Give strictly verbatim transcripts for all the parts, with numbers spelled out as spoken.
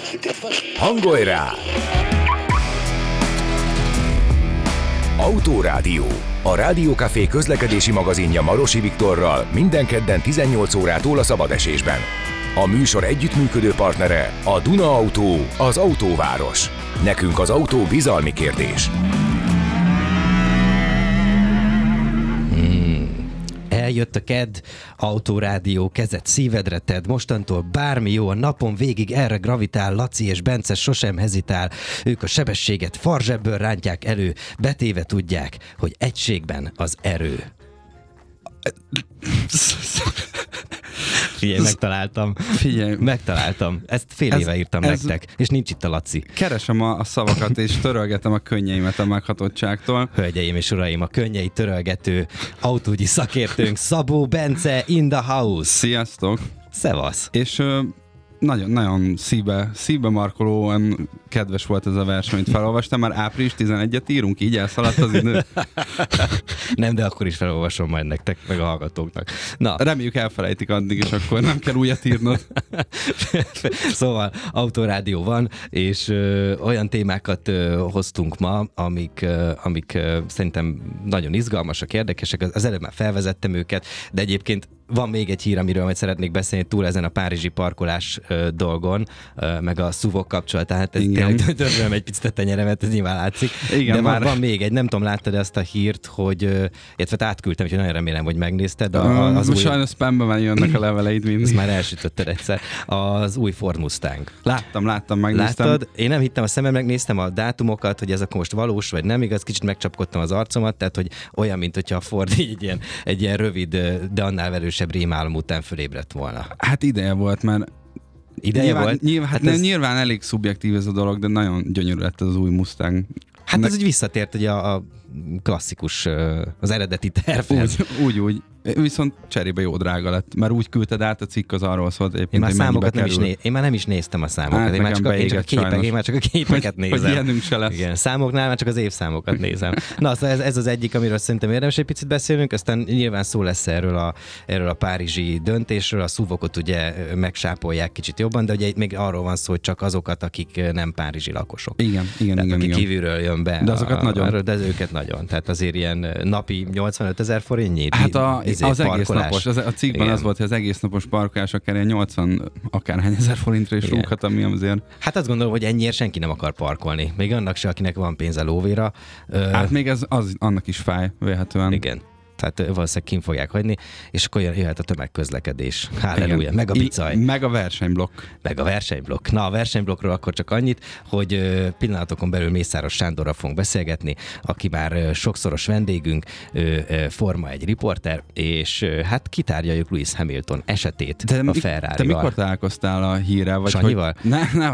Hangolj rá! Autórádió. A Rádiókafé közlekedési magazinja Marosi Viktorral minden kedden tizennyolc órától a szabadesésben. A műsor együttműködő partnere a Duna Autó, az autóváros. Nekünk az autó bizalmi kérdés. Eljött a kedd, Autórádió, kezet szívedre tedd, mostantól bármi jó, a napon végig erre gravitál, Laci és Bence sosem hezitál, ők a sebességet farzsebből rántják elő, betéve tudják, hogy egységben az erő. Figyelj, megtaláltam. Figyelj. Megtaláltam. Ezt fél ez, éve írtam ez... nektek, és nincs itt a Laci. Keresem a, a szavakat, és törölgetem a könnyeimet a meghatottságtól. Hölgyeim és uraim, a könnyei törölgető autógyi szakértőnk Szabó Bence in the house. Sziasztok! Szevasz! És ö, nagyon, nagyon szívbe, szívbe markolóan kedves volt ez a verseny, amit felolvastam. Már április tizenegyediket írunk, így elszaladt az idő. Nem, de akkor is felolvasom majd nektek, meg a hallgatóknak. Na. Reméljük elfelejtik addig, és akkor nem kell újat írnod. Szóval Autórádió van, és ö, olyan témákat ö, hoztunk ma, amik, ö, amik ö, szerintem nagyon izgalmasak, érdekesek. Az előbb már felvezettem őket, de egyébként van még egy hír, amiről majd szeretnék beszélni túl ezen a párizsi parkolás ö, dolgon, ö, meg a szuvok kapcsolatát. Ez tényleg törölöm egy picit a tenyeremet, ez nyilván látszik. Igen, de már... van, van még egy, nem tudom, láttad ezt a hírt, hogy, illetve átküldtem, úgyhogy nagyon remélem, hogy megnézted. A, az új... Sajnos spamben már jönnek a leveleid mindig. Ezt már elsütötted egyszer. Az új Ford Mustang. Láttam, láttam, megnéztem. Láttad? Én nem hittem a szemem, megnéztem a dátumokat, hogy ez akkor most valós, vagy nem igaz, kicsit megcsapkodtam az arcomat, tehát hogy olyan, mint hogyha a Ford így egy ilyen, egy ilyen rövid, de annál velősebb rémálom után fölébredt volna. Hát ideje volt, mert Ideje nyilván, volt? Nyilván, hát ez... nyilván elég szubjektív ez a dolog, de nagyon gyönyörű lett ez az új Mustang. Hát Ennek... ez úgy visszatért ugye a, a klasszikus, az eredeti tervhez. Úgy, úgy, úgy. Viszont cserébe jó drága lett, mert úgy küldted át a cikk, az arról szólt egyébként, én már, hogy számokat nem is kerül. né- én már nem is néztem a számokat, Hát én, már csak a, én, csak a képek, én már csak a képeket hogy, nézem. Hogy ilyenünk se lesz. Igen, számoknál már csak az évszámokat nézem. Na, szóval ez, ez az egyik, amiről szerintem érdemes egy picit beszélnünk, aztán nyilván szó lesz erről a, erről a párizsi döntésről, a szuvokot ugye megsápolják kicsit jobban, de ugye itt még arról van szó, hogy csak azokat, akik nem párizsi lakosok. Igen, igen, Tehát, igen. aki igen. kívülről jön be. De azokat a, nagyon. A, de őket nagyon. Tehát azért ilyen napi nyolcvanöt ezer forintnyi. Hát a, izé, az egész parkolás. napos, az, a cikkben igen. az volt, hogy az egész napos parkolás akár ilyen nyolcvan akárhány ezer forintra is rúghat, ami azért. Hát azt gondolom, hogy ennyiért senki nem akar parkolni. Még annak se, akinek van pénze lóvéra. Hát még ez az, annak is fáj, vélhetően. Igen. Tehát valószínűleg kint fogják hagyni, és akkor jöhet a tömegközlekedés. Halleluja, meg a bicaj. Meg a versenyblokk. Meg a versenyblokk. Na, a versenyblokkról akkor csak annyit, hogy pillanatokon belül Mészáros Sándorral fogunk beszélgetni, aki már sokszoros vendégünk, Forma egy riporter, és hát kitárgyaljuk Lewis Hamilton esetét de a Ferrari-val. Te mikor találkoztál a hírrel? Vagy Sanyival? Hogy... Ne, ne,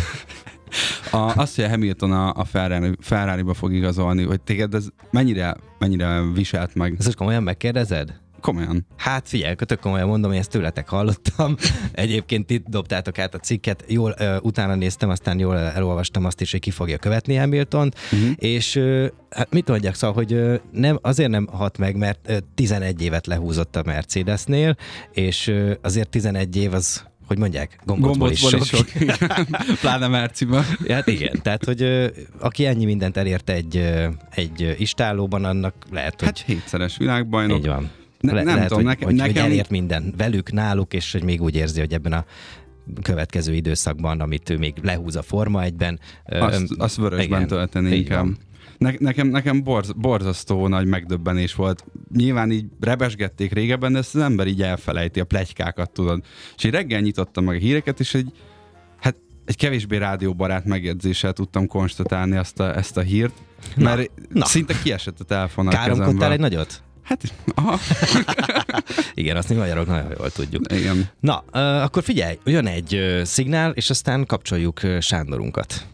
A, azt, hogy a Hamilton a, a Ferrari, Ferrari-ba fog igazolni, hogy téged ez mennyire, mennyire viselt meg? Ezt komolyan megkérdezed? Komolyan. Hát figyelj, tök komolyan mondom, én ezt tőletek hallottam. Egyébként itt dobtátok át a cikket, jól uh, utána néztem, aztán jól elolvastam azt is, hogy ki fogja követni Hamiltont, uh-huh. és uh, hát mit mondjak, szóval, hogy uh, nem, azért nem hat meg, mert uh, tizenegy évet lehúzott a Mercedesnél, és uh, azért tizenegy év az, hogy mondják, gombócból is sok. Is sok. Pláne Merciben. Hát igen, tehát, hogy ö, aki ennyi mindent elért egy, ö, egy istállóban, annak lehet, hogy... Hát hétszeres világbajnok. Így van. Ne, Le, nem lehet, tudom, hogy, nekem, hogy, nekem... hogy elért minden velük, náluk, és hogy még úgy érzi, hogy ebben a következő időszakban, amit ő még lehúz a Forma egyben... Azt, azt vörösben tölteni inkább. Ne, nekem nekem borz, borzasztó nagy megdöbbenés volt. Nyilván így rebesgették régebben, de ezt az ember így elfelejti, a pletykákat, tudod. És így reggel nyitottam meg a híreket, és egy, hát egy kevésbé rádióbarát megjegyzéssel tudtam konstatálni ezt a, ezt a hírt, mert na, na. szinte kiesett a telefon a kezemből. Káromkodtál egy nagyot? Hát, aha. Igen, azt mi magyarok nagyon jól tudjuk. Igen. Na, uh, akkor figyelj, jön egy uh, szignál, és aztán kapcsoljuk uh, Sándorunkat.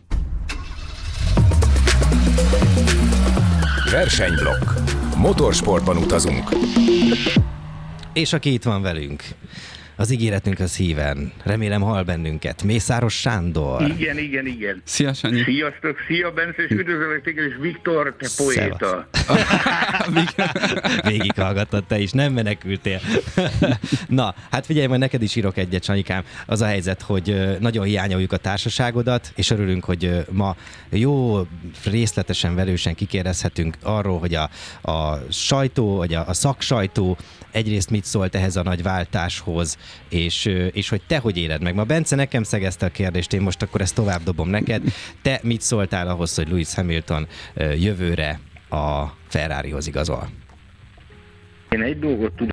Versenyblokk. Motorsportban utazunk. És aki itt van velünk, az ígéretünk az híven. Remélem hall bennünket. Mészáros Sándor. Igen, igen, igen. Szia, Sanyi. Sziasztok, szia, Bence, és üdvözlök téged, és Viktor, te poéta. Végighallgattad te is, nem menekültél. Na, hát figyelj, majd neked is írok egyet, Sanyikám. Az a helyzet, hogy nagyon hiányoljuk a társaságodat, és örülünk, hogy ma jó részletesen, velősen kikérdezhetünk arról, hogy a, a sajtó, vagy a, a szaksajtó egyrészt mit szólt ehhez a nagy váltáshoz, és, és hogy te hogy éled meg. Ma Bence nekem szegezte a kérdést, én most akkor ezt tovább dobom neked. Te mit szóltál ahhoz, hogy Lewis Hamilton jövőre a Ferrarihoz igazol? Én egy dolgot tudom,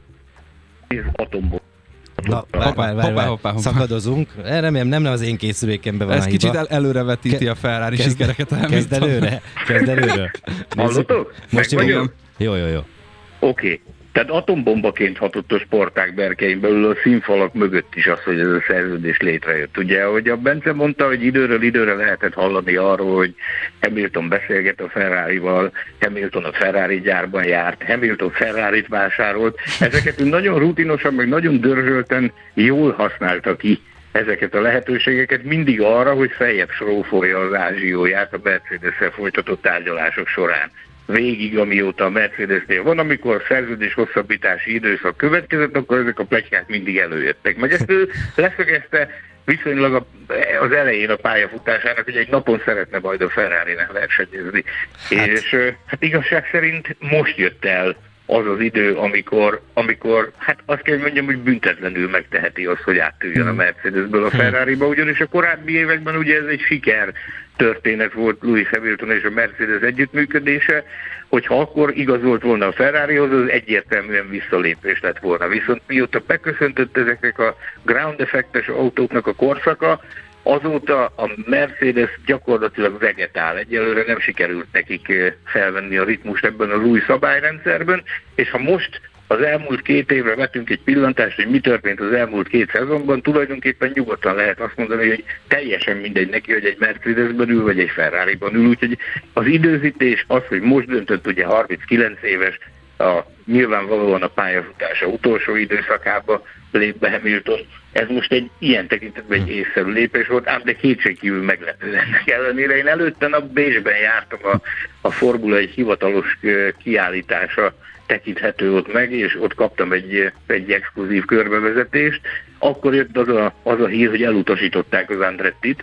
és atomból. Na, várj, várj, várj, várj. Szakadozunk. Remélem nem az én készülékemben van Ez a kicsit hiba. el, előrevetíti a Ferrari kezd, sikereket. A kezd előre, kezd előre. Hallottok? Most Meg jó, vagyok? jó, jó, jó. Oké. Okay. Tehát atombombaként hatott a sportág berkein belül a színfalak mögött is az, hogy ez a szerződés létrejött. Ugye, ahogy a Bence mondta, hogy időről időre lehetett hallani arról, hogy Hamilton beszélget a Ferrarival, Hamilton a Ferrari gyárban járt, Hamilton Ferrarit vásárolt. Ezeket nagyon rutinosan, meg nagyon dörzsölten jól használta ki ezeket a lehetőségeket, mindig arra, hogy feljebb srófolja az ázsióját a Mercedes-szel folytatott tárgyalások során. Végig, amióta a Mercedesnél van, amikor szerződés hosszabbítási időszak következett, akkor ezek a pletykák mindig előjöttek. Meg ezt ő leszögezte viszonylag az elején a pályafutásának, hogy egy napon szeretne majd a Ferrari-nek versenyezni. Hát. És hát igazság szerint most jött el az az idő, amikor, amikor hát azt kell mondjam, hogy büntetlenül megteheti azt, hogy áttűjjön a Mercedesből a Ferrariba, ugyanis a korábbi években ugye ez egy siker történet volt Lewis Hamilton és a Mercedes együttműködése, hogyha akkor igazolt volna a Ferrarihoz, az egyértelműen visszalépés lett volna. Viszont mióta beköszöntött ezeknek a ground effektes autóknak a korszaka, azóta a Mercedes gyakorlatilag vegetál. Egyelőre nem sikerült nekik felvenni a ritmust ebben az új szabályrendszerben, és ha most az elmúlt két évre vetünk egy pillantást, hogy mi történt az elmúlt két szezonban, tulajdonképpen nyugodtan lehet azt mondani, hogy teljesen mindegy neki, hogy egy Mercedesben ül, vagy egy Ferrariban ül. Úgyhogy az időzítés, az, hogy most döntött ugye harminckilenc éves, a, nyilvánvalóan a pályafutása utolsó időszakába lép be Hamilton. Ez most egy ilyen tekintetben egy észszerű lépés volt, ám de kétségkívül meglepő ennek ellenére. Én előtte nap Bécsben jártam a, a Formula egy hivatalos kiállítása tekinthető ott meg, és ott kaptam egy, egy exkluzív körbevezetést. Akkor jött az a, az a hír, hogy elutasították az Andrettit,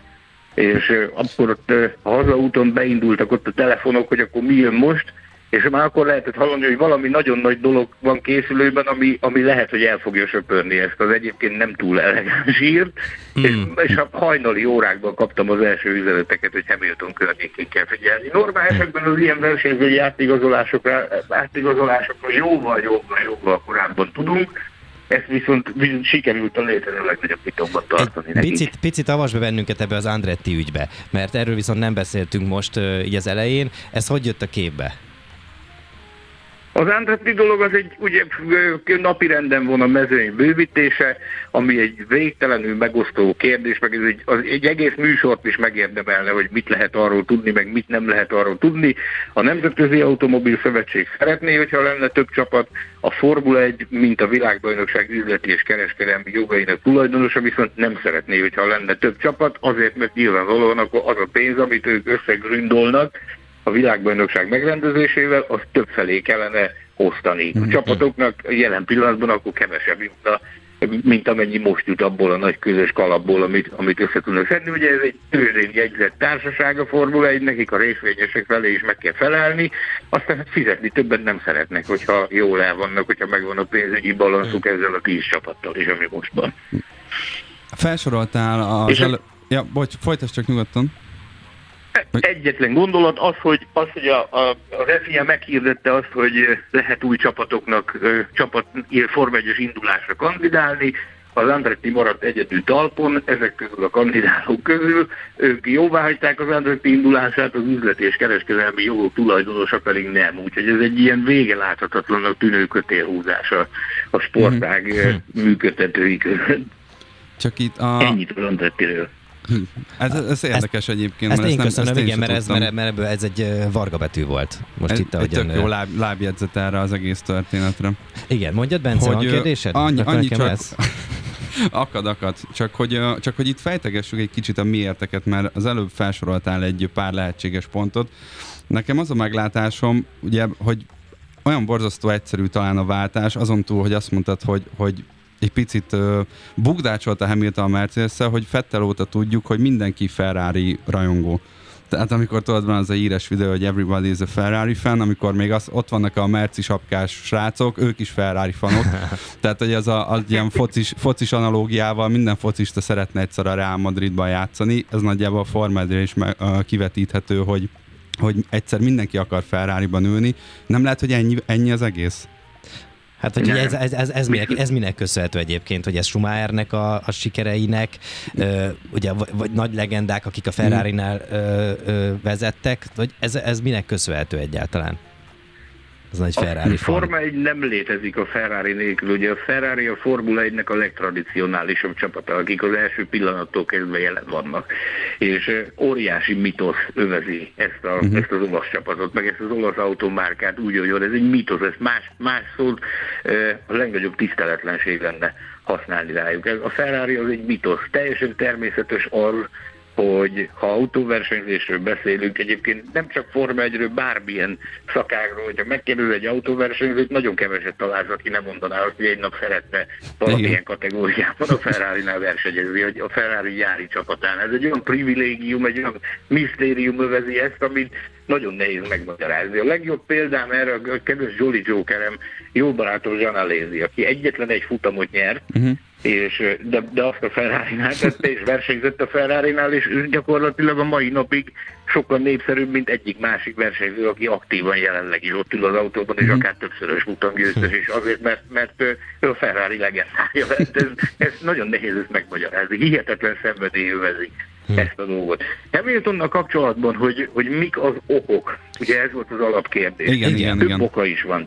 és akkor ott a hazaúton beindultak ott a telefonok, hogy akkor mi jön most, és már akkor lehetett hallani, hogy valami nagyon nagy dolog van készülőben, ami, ami lehet, hogy el fogja söpörni ezt az egyébként nem túl elegáns hírt, mm. és, és a hajnali órákban kaptam az első üzeneteket, hogy Hamilton környékén kell figyelni. Normál esetben az ilyen versenyzői átigazolásokra, átigazolásokra jóval, jóval, jóval korábban tudunk, ezt viszont, viszont sikerült a létre a legnagyobb titokban tartani nekik. Picit, picit avasd be bennünket ebbe az Andretti ügybe, mert erről viszont nem beszéltünk most uh, így az elején. Ez hogy jött a képbe? Az Andretti dolog az egy ugye napirenden van a mezőny bővítése, ami egy végtelenül megosztó kérdés, meg ez egy, az egy egész műsort is megérdemelne, hogy mit lehet arról tudni, meg mit nem lehet arról tudni. A Nemzetközi Automobil Szövetség szeretné, hogyha lenne több csapat, a Formula egy, mint a világbajnokság üzleti és kereskedelmi jogainak tulajdonosa, viszont nem szeretné, hogyha lenne több csapat, azért, mert nyilvánvalóan akkor az a pénz, amit ők összegründolnak a világbajnokság megrendezésével, az több felé kellene osztani. A csapatoknak jelen pillanatban akkor kevesebb, mint, a, mint amennyi most jut abból a nagy közös kalapból, amit, amit össze tudnak szedni. Ugye ez egy tőzsdén jegyzett társaság a Formula egy, nekik a részvényesek felé is meg kell felelni, aztán hát fizetni többet nem szeretnek, hogyha jól el vannak, hogyha megvan a pénzügyi balanszuk ezzel a tíz csapattal is, ami most van. Felsoroltál az elő... Ja, bocs, folytasd csak nyugodtan. Egyetlen gondolat az, hogy, az, hogy a, a, a ef i á meghirdette azt, hogy lehet új csapatoknak csapat Forma egyes indulásra kandidálni. Az Andretti maradt egyedül talpon, ezek közül a kandidálók közül. Ők jóváhagyták az Andretti indulását, az üzleti és kereskedelmi jogok tulajdonosa pedig nem. Úgyhogy ez egy ilyen vége láthatatlannak tűnő kötélhúzása a sportág mm-hmm. működtetői között. Csak itt a... Ennyit az Andrettiről. Ez, ez érdekes ezt, egyébként. Ezt én ezt köszönöm, nem, igen, mert ez, mert, mert ebből ez egy varga betű volt. Most ez, itt, egy tök jó láb, lábjegyzet erre az egész történetre. Igen, mondjad, Bence, hogy van kérdésed? Annyi, annyi csak, Akad, akad. Csak hogy, csak hogy itt fejtegessük egy kicsit a miérteket, mert az előbb felsoroltál egy pár lehetséges pontot. Nekem az a meglátásom, ugye, hogy olyan borzasztó egyszerű talán a váltás, azon túl, hogy azt mondtad, hogy, hogy egy picit uh, bukdácsolt a Hamilton a Mercedes-szel, hogy Vettel óta tudjuk, hogy mindenki Ferrari rajongó. Tehát amikor tudod, van az a híres videó, hogy everybody is a Ferrari fan, amikor még az, ott vannak a merci sapkás srácok, ők is Ferrari fanok. Tehát, hogy az a, az ilyen focis, focis analógiával minden focista szeretne egyszer a Real Madridban játszani. Ez nagyjából a Forma egyre is meg, uh, kivetíthető, hogy, hogy egyszer mindenki akar Ferrariban ülni. Nem lehet, hogy ennyi, ennyi az egész? Hát, hogy ez, ez, ez, ez, minek, ez minek köszönhető egyébként, hogy ez Schumachernek a, a sikereinek, ö, ugye, vagy, vagy nagy legendák, akik a Ferrarinál ö, ö, vezettek, vagy ez, ez minek köszönhető egyáltalán? Az nagy Ferrari a Forma egy nem létezik a Ferrari nélkül. Ugye a Ferrari a Formula egynek a legtradicionálisabb csapata, akik az első pillanattól kezdve jelen vannak. És óriási mitosz övezi ezt, a, uh-huh. ezt az olasz csapatot, meg ezt az olasz automárkát úgy, hogy ez egy mitosz, ez más, más szót a legnagyobb tiszteletlenség lenne használni rájuk. A Ferrari az egy mitosz. Teljesen természetes az, hogy ha autóversenyzésről beszélünk, egyébként nem csak Forma egyről, bármilyen szakágról, hogyha megkérdez egy autóversenyzőt, nagyon keveset találsz, aki nem mondaná azt, hogy egy nap szeretne valamilyen kategóriában a Ferrari-nál versenyezni, hogy a Ferrari gyári csapatán. Ez egy olyan privilégium, egy olyan misztérium övezi ezt, amit nagyon nehéz megmagyarázni. A legjobb példám erre a kedves Jolly Jokerem, jó barátom Jean Alesi, aki egyetlen egy futamot nyert, uh-huh. és, de, de azt a Ferrari-nál tette, és versenyzett a Ferrari-nál, és gyakorlatilag a mai napig sokkal népszerűbb, mint egyik másik versenyző, aki aktívan jelenleg is ott ül az autóban, és akár többszörös futamgyőztes, és azért, mert, mert ő a Ferrari legendája. Ez, ez nagyon nehéz ezt megmagyarázni. Hihetetlen szenvedély övezi ezt a dolgot. Hamiltonnal kapcsolatban, hogy, hogy mik az okok, ugye ez volt az alapkérdés. Igen, igen, Több igen. oka is van.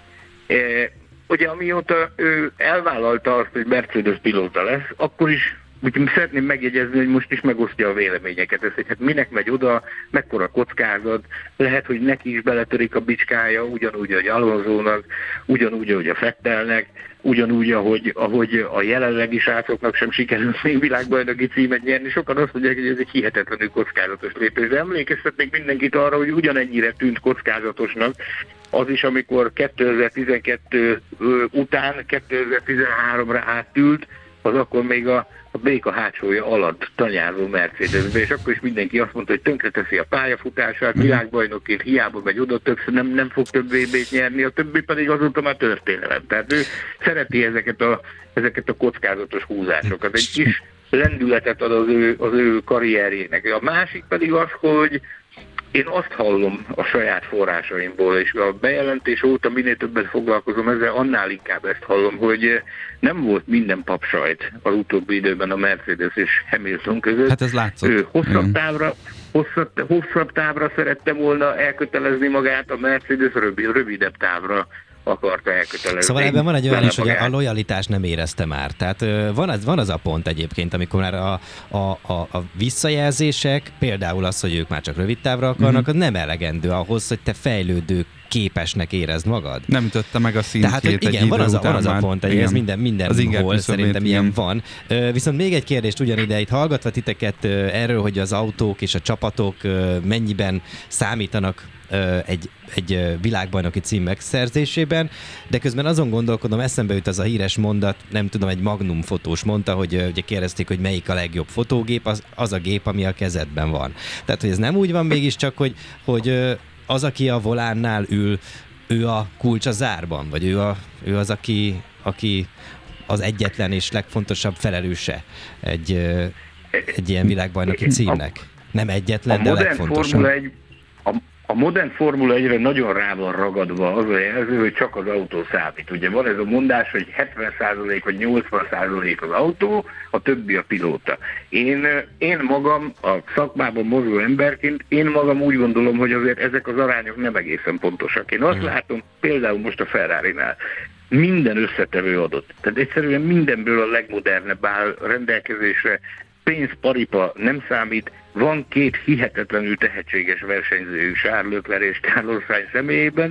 E, ugye amióta ő elvállalta azt, hogy Mercedes pilóta lesz, akkor is úgyhogy szeretném megjegyezni, hogy most is megosztja a véleményeket. Ez, hogy hát minek megy oda, mekkora kockázat, lehet, hogy neki is beletörik a bicskája, ugyanúgy, ahogy Alonsónak, ugyanúgy, ahogy a Vettelnek, ugyanúgy, ahogy, ahogy a jelenlegi srácoknak sem sikerült még világbajnoki címet nyerni. Sokan azt mondják, hogy ez egy hihetetlenül kockázatos lépés. De emlékeztetnék mindenkit arra, hogy ugyanennyire tűnt kockázatosnak az is, amikor kétezer-tizenkettő után kétezer-tizenháromra átült, az akkor még a, a béka hátsója alatt tanyázó Mercedesbe, és akkor is mindenki azt mondta, hogy tönkreteszi a pályafutását, világbajnokként hiába megy oda, többször nem, nem fog több vé bét nyerni, a többi pedig azóta már történelem. Tehát ő szereti ezeket a, ezeket a kockázatos húzásokat. Egy kis lendületet ad az ő, az ő karrierjének. A másik pedig az, hogy én azt hallom a saját forrásaimból, és a bejelentés óta minél többet foglalkozom ezzel, annál inkább ezt hallom, hogy nem volt minden papsajt az utóbbi időben a Mercedes és Hamilton között. Hát ez látszott. Ő hosszabb távra, hosszabb, hosszabb távra szerette volna elkötelezni magát, a Mercedes rövid, rövidebb távra akarta elkötelezni. Szóval ebben van egy olyan is, hogy a lojalitást nem érezte már. Tehát van az, van az a pont egyébként, amikor már a, a, a, a visszajelzések, például az, hogy ők már csak rövid távra akarnak, mm-hmm. az nem elegendő ahhoz, hogy te fejlődő képesnek érezd magad. Nem ütötte meg a szintjét. Tehát, hogy igen, van az, a, van az a pont, hogy ez minden, mindenhol szerintem ilyen van. Viszont még egy kérdést ugyanide itt hallgatva titeket erről, hogy az autók és a csapatok mennyiben számítanak egy, egy világbajnoki cím megszerzésében, de közben azon gondolkodom, eszembe jut az a híres mondat, nem tudom, egy Magnum fotós mondta, hogy ugye kérdezték, hogy melyik a legjobb fotógép, az, az a gép, ami a kezedben van. Tehát, hogy ez nem úgy van mégiscsak, hogy, hogy az, aki a volánnál ül, ő a kulcs a zárban, vagy ő, a, ő az, aki, aki az egyetlen és legfontosabb felelőse egy, egy ilyen világbajnoki címnek. Nem egyetlen, de legfontosabb. A, a modern Formula egyre nagyon rá van ragadva az a jelző, hogy csak az autó számít. Ugye van ez a mondás, hogy hetven százalék vagy nyolcvan százalék az autó, a többi a pilóta. Én, én magam a szakmában mozgó emberként, én magam úgy gondolom, hogy azért ezek az arányok nem egészen pontosak. Én azt látom például most a Ferrarinál, minden összetevő adott. Tehát egyszerűen mindenből a legmodernebb áll rendelkezésre, pénz, paripa nem számít, van két hihetetlenül tehetséges versenyző, Charles Leclerc és Carlos Sainz személyében,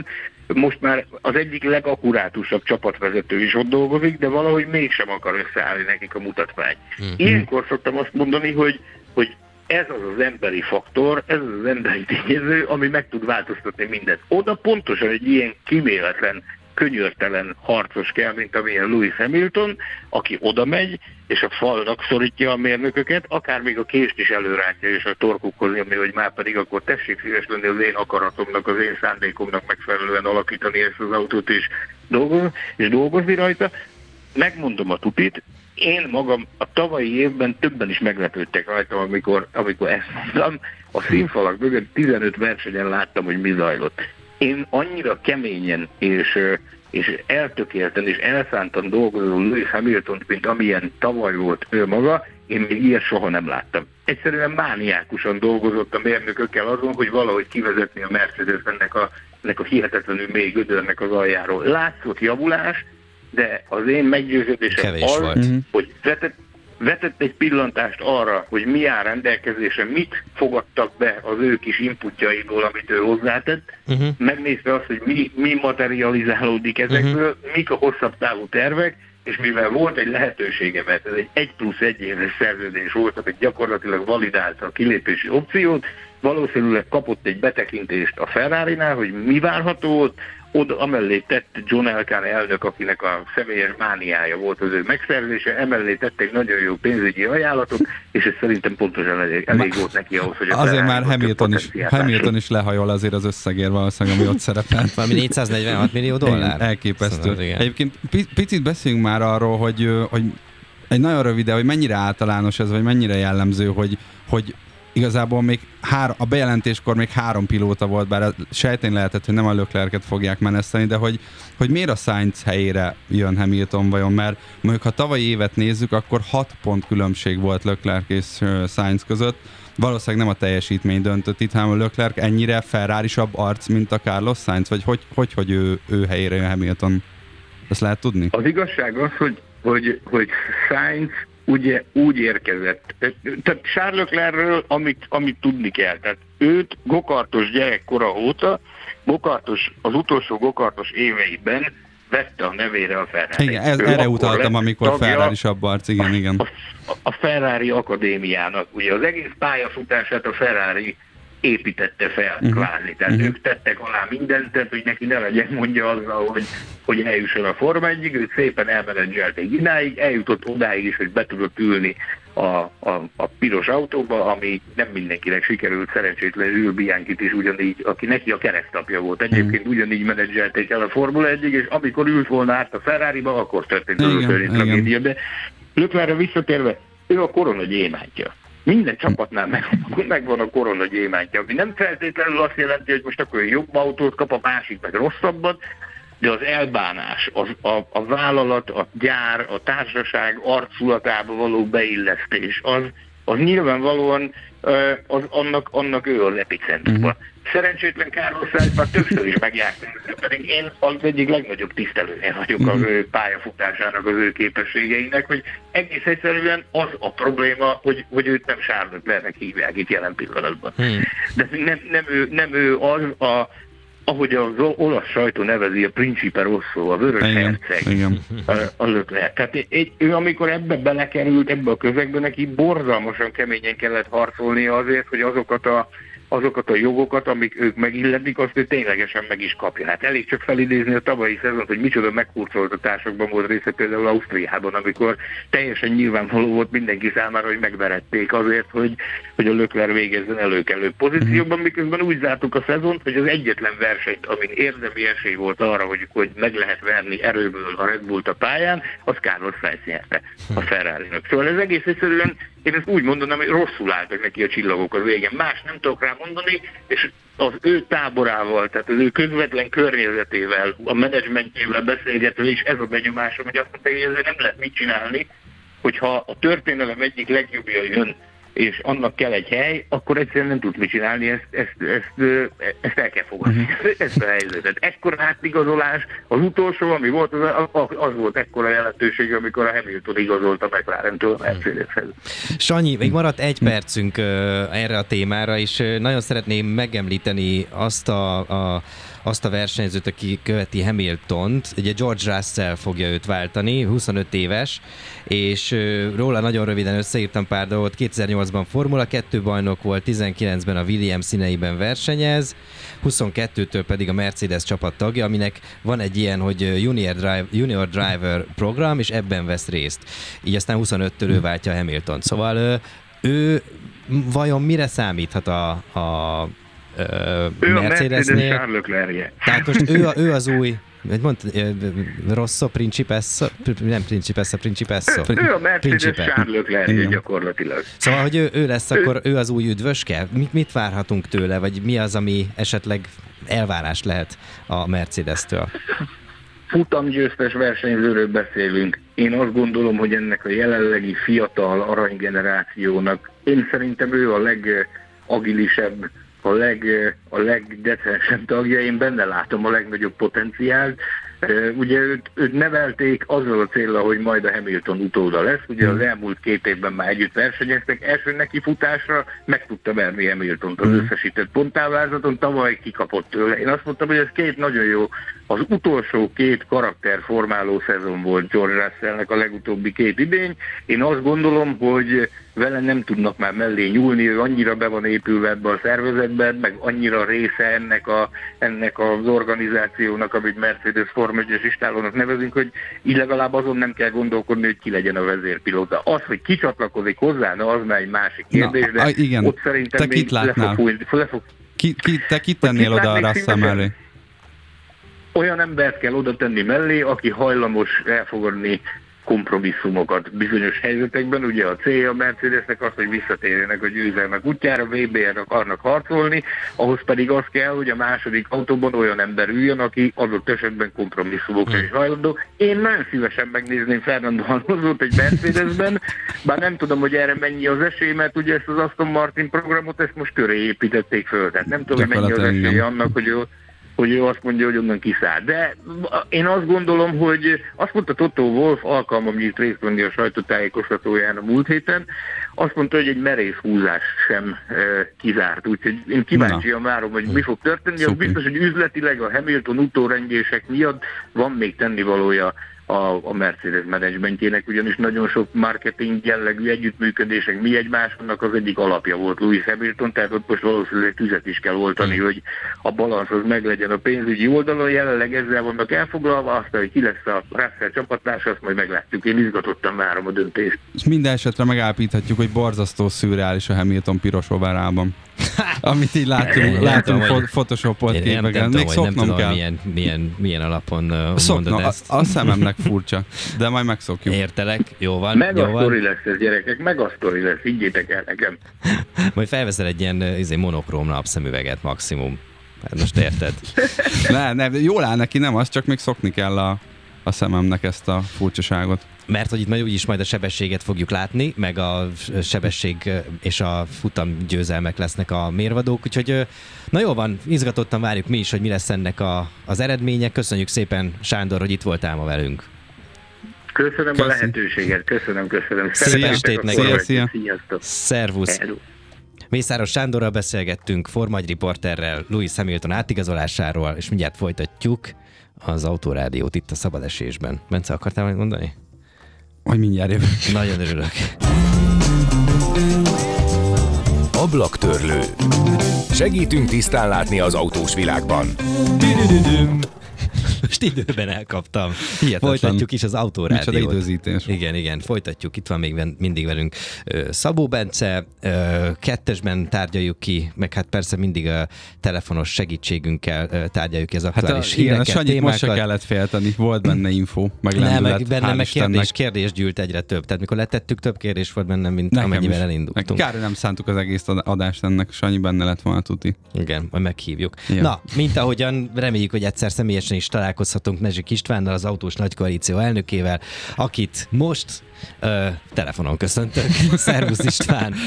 most már az egyik legakurátusabb csapatvezető is ott dolgozik, de valahogy mégsem akar összeállni nekik a mutatvány. Mm-hmm. Ilyenkor szoktam azt mondani, hogy, hogy ez az az emberi faktor, ez az az emberi tényező, ami meg tud változtatni mindent. Oda pontosan egy ilyen kíméletlen, könyörtelen harcos kell, mint amilyen Lewis Hamilton, aki oda megy, és a falnak szorítja a mérnököket, akár még a kést is előrántja, és a torkukhoz nyomja, hogy már pedig akkor tessék szíves lenni az én akaratomnak, az én szándékomnak megfelelően alakítani ezt az autót, és dolgozni, és dolgozni rajta. Megmondom a tutit, én magam a tavalyi évben többen is meglepődtek rajtam, amikor, amikor ezt mondtam. A színfalak mögött tizenöt versenyen láttam, hogy mi zajlott. Én annyira keményen és, és eltökélten és elszántan dolgozó Lewis Hamiltont, mint amilyen tavaly volt ő maga, én még ilyet soha nem láttam. Egyszerűen mániákusan dolgozott a mérnökökkel azon, hogy valahogy kivezetni a Mercedes ennek a, ennek a hihetetlenül mély gödörnek az aljáról. Látszott javulás, de az én meggyőződésem kevés az, volt. hogy vetett, vetett egy pillantást arra, hogy mi áll rendelkezésre, mit fogadtak be az ő kis inputjaiból, amit ő hozzátett, uh-huh. megnézte azt, hogy mi, mi materializálódik ezekből, uh-huh. mik a hosszabb távú tervek, és mivel volt egy lehetősége, mert ez egy egy plusz egy éves szerződés volt, amit gyakorlatilag validálta a kilépési opciót, valószínűleg kapott egy betekintést a Ferrarinál, hogy mi várható ott, oda amellé tett John Elkann elnök, akinek a személyes mániája volt az ő megszerzése, emellé tett egy nagyon jó pénzügyi ajánlatot, és ez szerintem pontosan elég, elég volt neki ahhoz, hogy a azért már Hamilton is, Hamilton is lehajol azért az összegér valószínűleg, ami ott szerepelt. Valami négyszáznegyvenhat millió dollár? Elképesztő. Szóval, egyébként picit beszéljünk már arról, hogy, hogy egy nagyon rövid, hogy mennyire általános ez, vagy mennyire jellemző, hogy, hogy igazából még hár, a bejelentéskor még három pilóta volt, bár sejteni lehetett, hogy nem a Leclerc-et fogják meneszteni, de hogy, hogy miért a Sainz helyére jön Hamilton vajon, mert mondjuk ha tavalyi évet nézzük, akkor hat pont különbség volt Leclerc és Sainz között. Valószínűleg nem a teljesítmény döntött itt, hanem a Leclerc ennyire Ferrari-sabb arc, mint a Carlos Sainz, vagy hogy, hogy, hogy ő, ő helyére jön Hamilton? Ezt lehet tudni? Az igazság az, hogy, hogy, hogy Sainz ugye úgy érkezett. Tehát Charles Leclercről, amit, amit tudni kell. Tehát őt gokartos gyerekkora óta, gokartos, az utolsó gokartos éveiben vette a nevére a Ferrari. Igen, ez, erre utaltam, amikor Ferrari-sabb arc, igen, igen. A, a Ferrari Akadémiának. Ugye az egész pályafutását a Ferrari építette fel, uh-huh. kvázi. Tehát uh-huh. ők tettek alá mindent, tehát, hogy neki ne legyen mondja azzal, hogy, hogy eljusson a Forma egyig, őt szépen elmenedzselték idáig, eljutott odáig is, hogy be tudott ülni a, a, a piros autóba, ami nem mindenkinek sikerült, szerencsétlenül Bianchit is ugyanígy, aki neki a keresztapja volt. Egyébként ugyanígy menedzselték el a Formula egyig, és amikor ült volna át a Ferrariba, akkor történt az a tragédia. De Leclercre visszatérve, ő a korona gyémántja. Minden csapatnál meg, megvan a korona gyémántja, ami nem feltétlenül azt jelenti, hogy most akkor jobb autót kap, a másik meg rosszabbat, de az elbánás, az, a, a vállalat, a gyár, a társaság arculatába való beillesztés, az, az nyilvánvalóan az, annak, annak ő az epicentrum. Uh-huh. Szerencsétlen Carlos Sainz már többször is megjártam, pedig én az egyik legnagyobb tisztelője vagyok uh-huh. az ő pályafutásának, az ő képességeinek, hogy egész egyszerűen az a probléma, hogy, hogy őt nem Charles Leclercnek hívják itt jelen pillanatban. Uh-huh. De nem, nem, ő, nem ő az a ahogy az olasz sajtó nevezi, a Principe Rosso, a vörös igen, herceg, igen. a, a Leclerc. Tehát egy, ő amikor ebbe belekerült, ebbe a közegbe, neki borzalmasan keményen kellett harcolnia azért, hogy azokat a, azokat a jogokat, amik ők megilletik, azt ő ténylegesen meg is kapja. Hát elég csak felidézni a tavalyi szezont, hogy micsoda megkurcoltatásokban volt része például Ausztriában, amikor teljesen nyilvánvaló volt mindenki számára, hogy megverették azért, hogy, hogy a Leclerc végezzen előkelő pozícióban, miközben úgy zártuk a szezont, hogy az egyetlen versenyt, amin érdemi esély volt arra, hogy, hogy meg lehet verni erőből a Red Bullt a pályán, az Carlos Sainz nyerte a Ferrari-nak. Szóval ez egész egyszerűen, én ezt úgy mondanám, hogy rosszul álltak neki a csillagok az végen. Más nem tudok rá mondani, és az ő táborával, tehát az ő közvetlen környezetével, a menedzsmentjével beszélgetve, és ez a benyomásom, hogy azt mondta, hogy ezzel nem lehet mit csinálni, hogyha a történelem egyik legjobbja jön és annak kell egy hely, akkor egyszerűen nem tudsz mit csinálni, ezt, ezt, ezt, ezt el kell fogadni, uh-huh. ezt a helyzetet. Ekkora átigazolás, az utolsó, ami volt, az, az volt ekkora jelentőség, amikor a Hamilton igazolt a McLarentől a Mercedeshez. Sanyi, még maradt egy percünk erre a témára, és nagyon szeretném megemlíteni azt a, a azt a versenyzőt, aki követi Hamiltont. Ugye George Russell fogja őt váltani, huszonöt éves, és róla nagyon röviden összeírtam pár dolgot. kétezer-nyolcban Formula kettő bajnok volt, tizenkilencben a Williams színeiben versenyez, huszonkettőtől pedig a Mercedes csapat tagja, aminek van egy ilyen, hogy Junior, Drive, Junior Driver program, és ebben vesz részt. Így aztán huszonöttől ő váltja Hamiltont. Szóval ő vajon mire számíthat a, a ő Mercedesnél. A Mercedes Tehát most ő, a, ő az új, mondta, Rosso, Principesso, nem Principesso, Principesso. Ő, ő a Mercedes Charles Leclerc gyakorlatilag. Szóval, hogy ő, ő lesz, ő, akkor ő az új üdvöske? Mit, mit várhatunk tőle, vagy mi az, ami esetleg elvárás lehet a Mercedes-től? Futamgyőztes versenyzőről beszélünk. Én azt gondolom, hogy ennek a jelenlegi fiatal aranygenerációnak, én szerintem ő a legagilisebb, a, leg, a legdecensebb tagja, én benne látom a legnagyobb potenciált. Ugye őt, őt nevelték azzal a céllal, hogy majd a Hamilton utóda lesz. Ugye az elmúlt két évben már együtt versenyeztek. Első neki futásra meg tudta verni Hamiltont az összesített ponttáblázaton, tavaly kikapott tőle. Én azt mondtam, hogy ez két nagyon jó, az utolsó két karakterformáló szezon volt George Russellnek, a legutóbbi két idény. Én azt gondolom, hogy vele nem tudnak már mellé nyúlni, ő annyira be van épülve ebbe a szervezetben, meg annyira része ennek, a, ennek az organizációnak, amit Mercedes Form egyes istálónak nevezünk, hogy így legalább azon nem kell gondolkodni, hogy ki legyen a vezérpilóta. Az, hogy ki csatlakozik hozzá, na az már egy másik kérdés, de na, igen. ott szerintem te még kit látnál? Le fog, le fog, ki, ki, te kit tennél oda a Russell mellé? Olyan embert kell oda tenni mellé, aki hajlamos elfogadni kompromisszumokat bizonyos helyzetekben. Ugye a célja a Mercedesnek az, hogy visszatérjenek a győzelmek útjára, vé bé er akarnak harcolni, ahhoz pedig az kell, hogy a második autóban olyan ember üljön, aki adott esetben kompromisszumokra is hajlandó. Én nagyon szívesen megnézném Fernando Alonsót egy Mercedesben, bár nem tudom, hogy erre mennyi az esély, mert ugye ezt az Aston Martin programot, ezt most köré építették föl. Tehát nem tudom, hogy mennyi az esély annak, hogy ő hogy ő azt mondja, hogy onnan kiszáll. De én azt gondolom, hogy azt mondta Toto Wolff, alkalmam nyílt részt venni a sajtótájékoztatóján a múlt héten, azt mondta, hogy egy merész húzás sem e, kizárt. Úgyhogy én kíváncsian várom, hogy mi fog történni. Az biztos, hogy üzletileg a Hamilton utórengések miatt van még tennivalója a, a Mercedes menedzsmentjének, ugyanis nagyon sok marketing jellegű együttműködések mi egymásnak az egyik alapja volt Lewis Hamilton, tehát ott most valószínűleg tüzet is kell oltani, hogy a balanszhoz meglegyen a pénzügyi oldalon, jelenleg ezzel vannak elfoglalva, aztán, hogy ki lesz a Russell csapattársa, azt majd meglátjuk. Én izgatottan várom a döntést. És minden esetre megállapíthatjuk, hogy borzasztó szürreális a Hamilton piros overálban. Amit így látunk, látunk fo- photoshopolt képeken. Még szoknom kell. Milyen, milyen, milyen alapon uh, Szokna, mondod ezt. A, a szememnek furcsa, de majd megszokjuk. Értelek, jó van. Meg jó a van. sztori lesz ez, gyerekek, meg a sztori lesz, higgyétek el nekem. Majd felveszel egy ilyen izé, monokróm napszemüveget maximum. Hát most érted? ne, ne, jól áll neki, nem az, csak még szokni kell a, a szememnek ezt a furcsaságot. Mert hogy itt majd úgyis majd a sebességet fogjuk látni, meg a sebesség és a futam győzelmek lesznek a mérvadók, úgyhogy na jó van, izgatottan várjuk mi is, hogy mi lesz ennek a, az eredménye. Köszönjük szépen, Sándor, hogy itt voltál ma velünk. Köszönöm Köszi. a lehetőséget, köszönöm, köszönöm. Szép estét neked. Szia. Szervusz. Hello. Mészáros Sándorral beszélgettünk, Forma egy riporterrel, Lewis Hamilton átigazolásáról, és mindjárt folytatjuk az Autórádiót itt a szabadesésben. Bence, akartál majd mondani? Majd mindjárt jövök. Nagyon örülök. Ablaktörlő. Segítünk tisztán látni az autós világban. Most időben elkaptam. Hihetetlen. Folytatjuk is az Autórádiót. Micsoda időzítés. Igen, igen, folytatjuk. Itt van még mindig velünk Szabó Bence. Kettesben tárgyaljuk ki, meg hát persze mindig a telefonos segítségünkkel tárgyaljuk ki az aktuális hát a, híreket, igen, a Sanyit most se témákat. kellett félteni. Volt benne info, meg Nem, lendület. meg bennem meg Istennek. kérdés, kérdés gyűlt egyre több. Tehát mikor letettük, több kérdés volt bennem, mint Nekem amennyivel is. elindultunk. Kár, nem szántuk az egész adást ennek, Sanyi benne lett volna tuti. Igen, majd meghívjuk. Ja. Na, mint ahogyan reméljük, hogy egyszer személyesen is találkozhatunk Nezsik Istvánnal, az Autós Nagykoalíció elnökével, akit most ö, telefonon köszöntök. Szervusz István!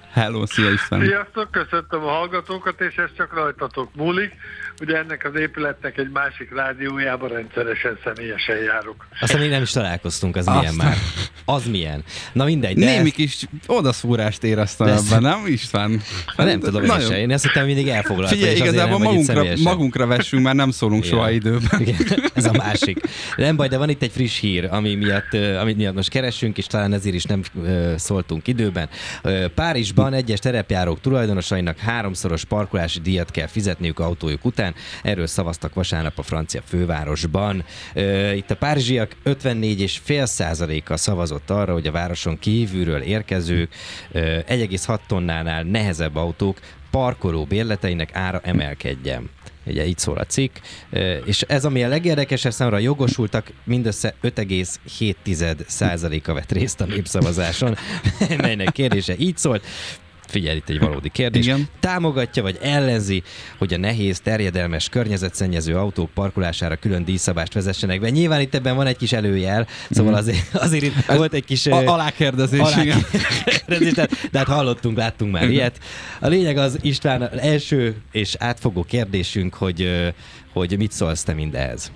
Hello, szia István! Sziasztok, köszöntöm a hallgatókat, és ez csak rajtatok múlik. Ugye ennek az épületnek egy másik rádiójában rendszeresen személyesen járok. Aztán még nem is találkoztunk, az Aztán... milyen már. Az milyen. Na mindegy, de... Némi kis odaszúrást éreztem ebben, nem István? Na, nem tudom, én se. Én azt hittem, mindig elfoglaltam. Figyelj, igazából magunkra, magunkra vessünk, mert nem szólunk igen. soha időben. Igen, ez a másik. Nem baj, de van itt egy friss hír, ami miatt, amit miatt most keresünk, és talán ezért is nem szóltunk időben. Párizsban egyes terepjárók tulajdonosainak háromszoros parkolási díjat kell fizetniük autójuk után. Erről szavaztak vasárnap a francia fővárosban. Itt a párizsiak ötvennégy egész öt százaléka szavazott arra, hogy a városon kívülről érkezők egy egész hat tonnánál nehezebb autók parkoló bérleteinek ára emelkedjen. Ugye így szól a cikk, és ez, ami a legérdekesebb számomra, a jogosultak mindössze öt egész hét százaléka vett részt a népszavazáson, melynek kérdése így szólt. Figyelj, itt egy valódi kérdés. Igen. Támogatja vagy ellenzi, hogy a nehéz, terjedelmes, környezetszennyező autók parkolására külön díjszabást vezessenek be? Nyilván itt ebben van egy kis előjel, szóval azért, azért itt volt egy kis... A, alákérdezés, alákérdezés de, de hát hallottunk, láttunk már ilyet. A lényeg az, István, az első és átfogó kérdésünk, hogy, hogy mit szólsz te mindehez?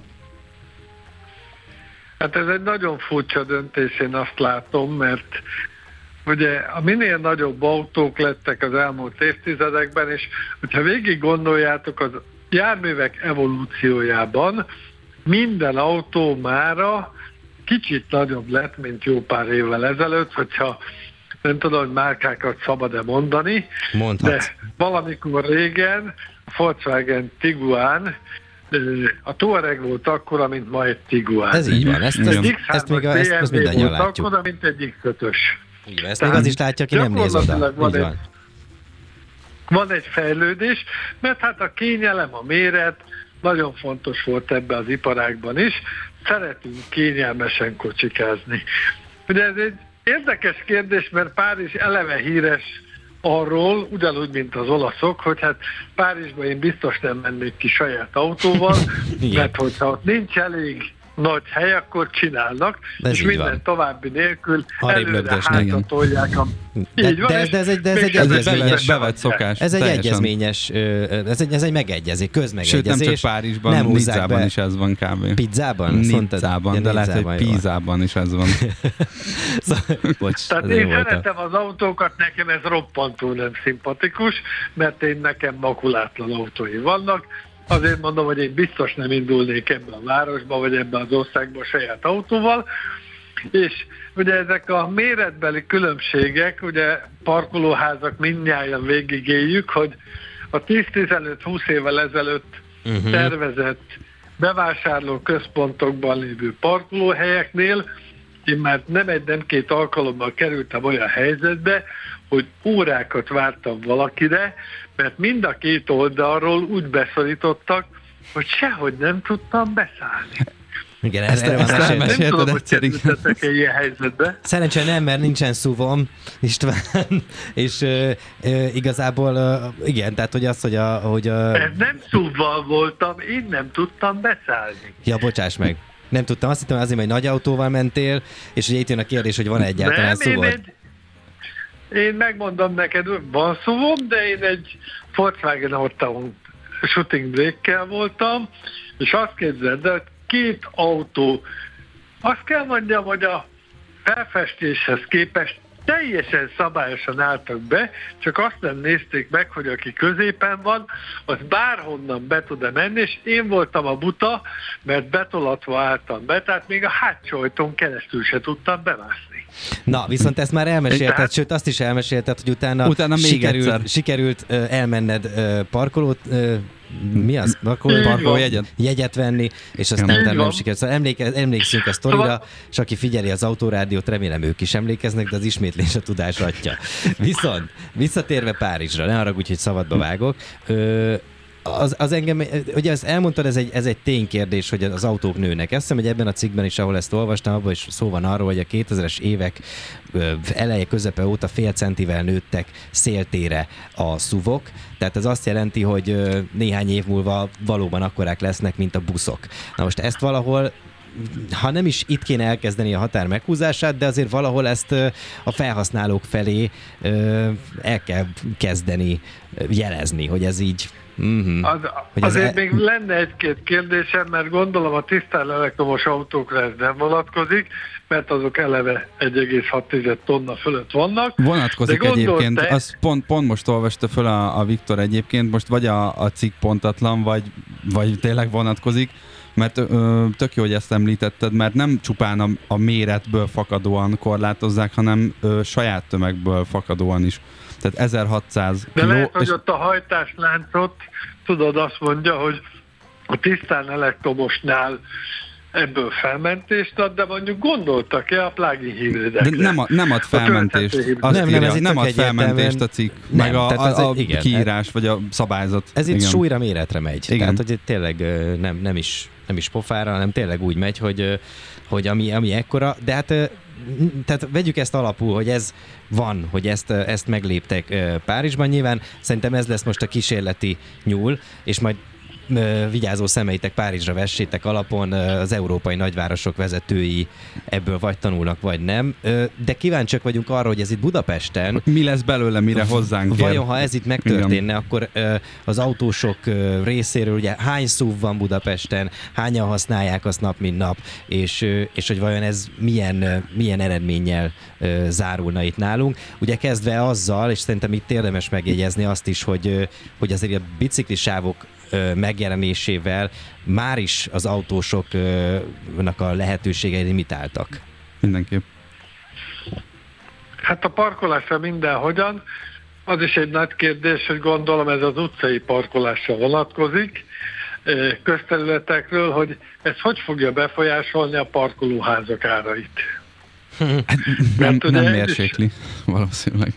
Hát ez egy nagyon furcsa döntés, én azt látom, mert ugye a minél nagyobb autók lettek az elmúlt évtizedekben, és hogyha végig gondoljátok, az járművek evolúciójában minden autó mára kicsit nagyobb lett, mint jó pár évvel ezelőtt, hogyha nem tudom, hogy márkákat szabad-e mondani, Mondhatsz. De valamikor régen a Volkswagen Tiguan, a Touareg volt akkora, mint ma egy Tiguan. Ez így van, ezt, ezt, ezt, ezt még a, ezt, ezt mindannyian látjuk. Akkora, mint egy iksz ötös. Igen, ezt még az is látja, aki nem néz oda. Van, így egy, van. van egy fejlődés, mert hát a kényelem, a méret nagyon fontos volt ebbe az iparágban is. Szeretünk kényelmesen kocsikázni. Ugye ez egy érdekes kérdés, mert Párizs eleve híres arról, ugyanúgy, mint az olaszok, hogy hát Párizsba én biztos nem mennék ki saját autóval, mert hogyha ott nincs elég nagy hely, akkor csinálnak, ez és minden van. További nélkül Arrébb előre lögdösnek. hátra tolják a... De, Így van, de, ez, de ez egy, de ez egy mégsem egyezményes, bevett szokás. ez egy teljesen. egyezményes, ez egy, ez egy megegyezés, közmegegyezés. Sőt, nem csak Párizsban, nem Nizzában be. is ez van kb. Pizzában? Nizzában, de lehet, hogy Pízában is ez van. szóval, bocs, Tehát én szeretem az autókat, nekem ez roppantól nem szimpatikus, mert én nekem makulátlan autóim vannak. Azért mondom, hogy én biztos nem indulnék ebbe a városba, vagy ebbe az országba saját autóval. És ugye ezek a méretbeli különbségek, ugye parkolóházak mindnyájan végigéljük, hogy a tíz-tizenöt-húsz évvel ezelőtt uh-huh. tervezett bevásárló központokban lévő parkolóhelyeknél én már nem egy, nem két alkalommal kerültem olyan helyzetbe, hogy órákat vártam valakire, mert mind a két oldalról úgy beszorítottak, hogy sehogy nem tudtam beszállni. Igen, ezt, ezt, ezt nem tudom, hogy kerültetek-e ilyen helyzetbe. Szerencsére nem, mert nincsen szuvom, István, és ö, ö, igazából ö, igen, tehát hogy az, hogy a... Hogy a... Ez nem szúvval voltam, én nem tudtam beszállni. Ja, bocsáss meg. Nem tudtam, azt hittem azért, hogy nagy autóval mentél, és ugye itt jön a kérdés, hogy van egyáltalán szuvod. Én, egy, én megmondom neked, van szuvom, de én egy Volkswagen Autón shooting brake-kel voltam, és azt képzeld, de két autó, azt kell mondjam, hogy a felfestéshez képest teljesen szabályosan álltak be, csak azt nem nézték meg, hogy aki középen van, az bárhonnan be tud-e menni, és én voltam a buta, mert betolatva álltam be, tehát még a hátsó ajtón keresztül se tudtam bemászni. Na, viszont ezt már elmesélted, Tehát... sőt azt is elmesélted, hogy utána, utána sikerült, sikerült uh, elmenned uh, parkolót, uh, mi az? Parkolójegyet? Jegyet venni, és aztán utána nem sikerült. Szóval emléke, emlékszünk a sztorira, szóval... és aki figyeli az Autórádiót, remélem ők is emlékeznek, de az ismétlés a tudás atya. Viszont, visszatérve Párizsra, ne haragudj, hogy szabadba vágok, ö, Az, az engem, ugye ezt elmondtad, ez egy, ez egy ténykérdés, hogy az autók nőnek. Ezt hiszem, hogy ebben a cikkben is, ahol ezt olvastam, abban is szó van arról, hogy a kétezres évek eleje, közepe óta fél centivel nőttek széltére a szuvok. Tehát ez azt jelenti, hogy néhány év múlva valóban akkorák lesznek, mint a buszok. Na most ezt valahol ha nem is itt kéne elkezdeni a határ meghúzását, de azért valahol ezt a felhasználók felé el kell kezdeni jelezni, hogy ez így... Uh-huh. Az, azért ez... még lenne egy-két kérdésem, mert gondolom a tisztán elektromos autókra ez nem vonatkozik, mert azok eleve egy egész hat tonna fölött vannak. Vonatkozik egyébként, te... azt pont, pont most olvasta föl a, a Viktor egyébként, most vagy a, a cikk pontatlan, vagy, vagy tényleg vonatkozik, mert ö, tök jó, hogy ezt említetted, mert nem csupán a, a méretből fakadóan korlátozzák, hanem ö, saját tömegből fakadóan is. Tehát ezerhatszáz De kiló, lehet, hogy és... ott a hajtásláncot, tudod, azt mondja, hogy a tisztán elektromosnál ebből felmentést ad, de mondjuk gondoltak-e a plug-in hibridekre? De nem, a, nem ad felmentést. Azt nem, írja, nem, ez nem ad felmentést a cikk, nem, meg a, a, a egy, kiírás, vagy a szabályzat. Ez igen. itt súlyra méretre megy. Igen. Tehát, hogy tényleg nem, nem, is, nem is pofára, hanem tényleg úgy megy, hogy, hogy ami, ami ekkora, de hát tehát vegyük ezt alapul, hogy ez van, hogy ezt, ezt megléptek Párizsban. Nyilván szerintem ez lesz most a kísérleti nyúl, és majd vigyázó szemeitek Párizsra vessétek alapon az európai nagyvárosok vezetői ebből vagy tanulnak, vagy nem. De kíváncsiak vagyunk arra, hogy ez itt Budapesten... Mi lesz belőle, mire hozzánk ér? Vajon, ha ez itt megtörténne, igen, akkor az autósok részéről ugye hány SUV van Budapesten, hányan használják azt nap, mint nap, és, és hogy vajon ez milyen, milyen eredménnyel zárulna itt nálunk. Ugye kezdve azzal, és szerintem itt érdemes megjegyezni azt is, hogy, hogy azért a biciklisávok megjelenésével már is az autósoknak a lehetőségei limitáltak. Mindenképp. Hát a parkolásra mindenhogyan. Az is egy nagy kérdés, hogy gondolom ez az utcai parkolásra vonatkozik közterületekről, hogy ez hogy fogja befolyásolni a parkolóházak árait. Hát, nem, nem mérsékli, valószínűleg.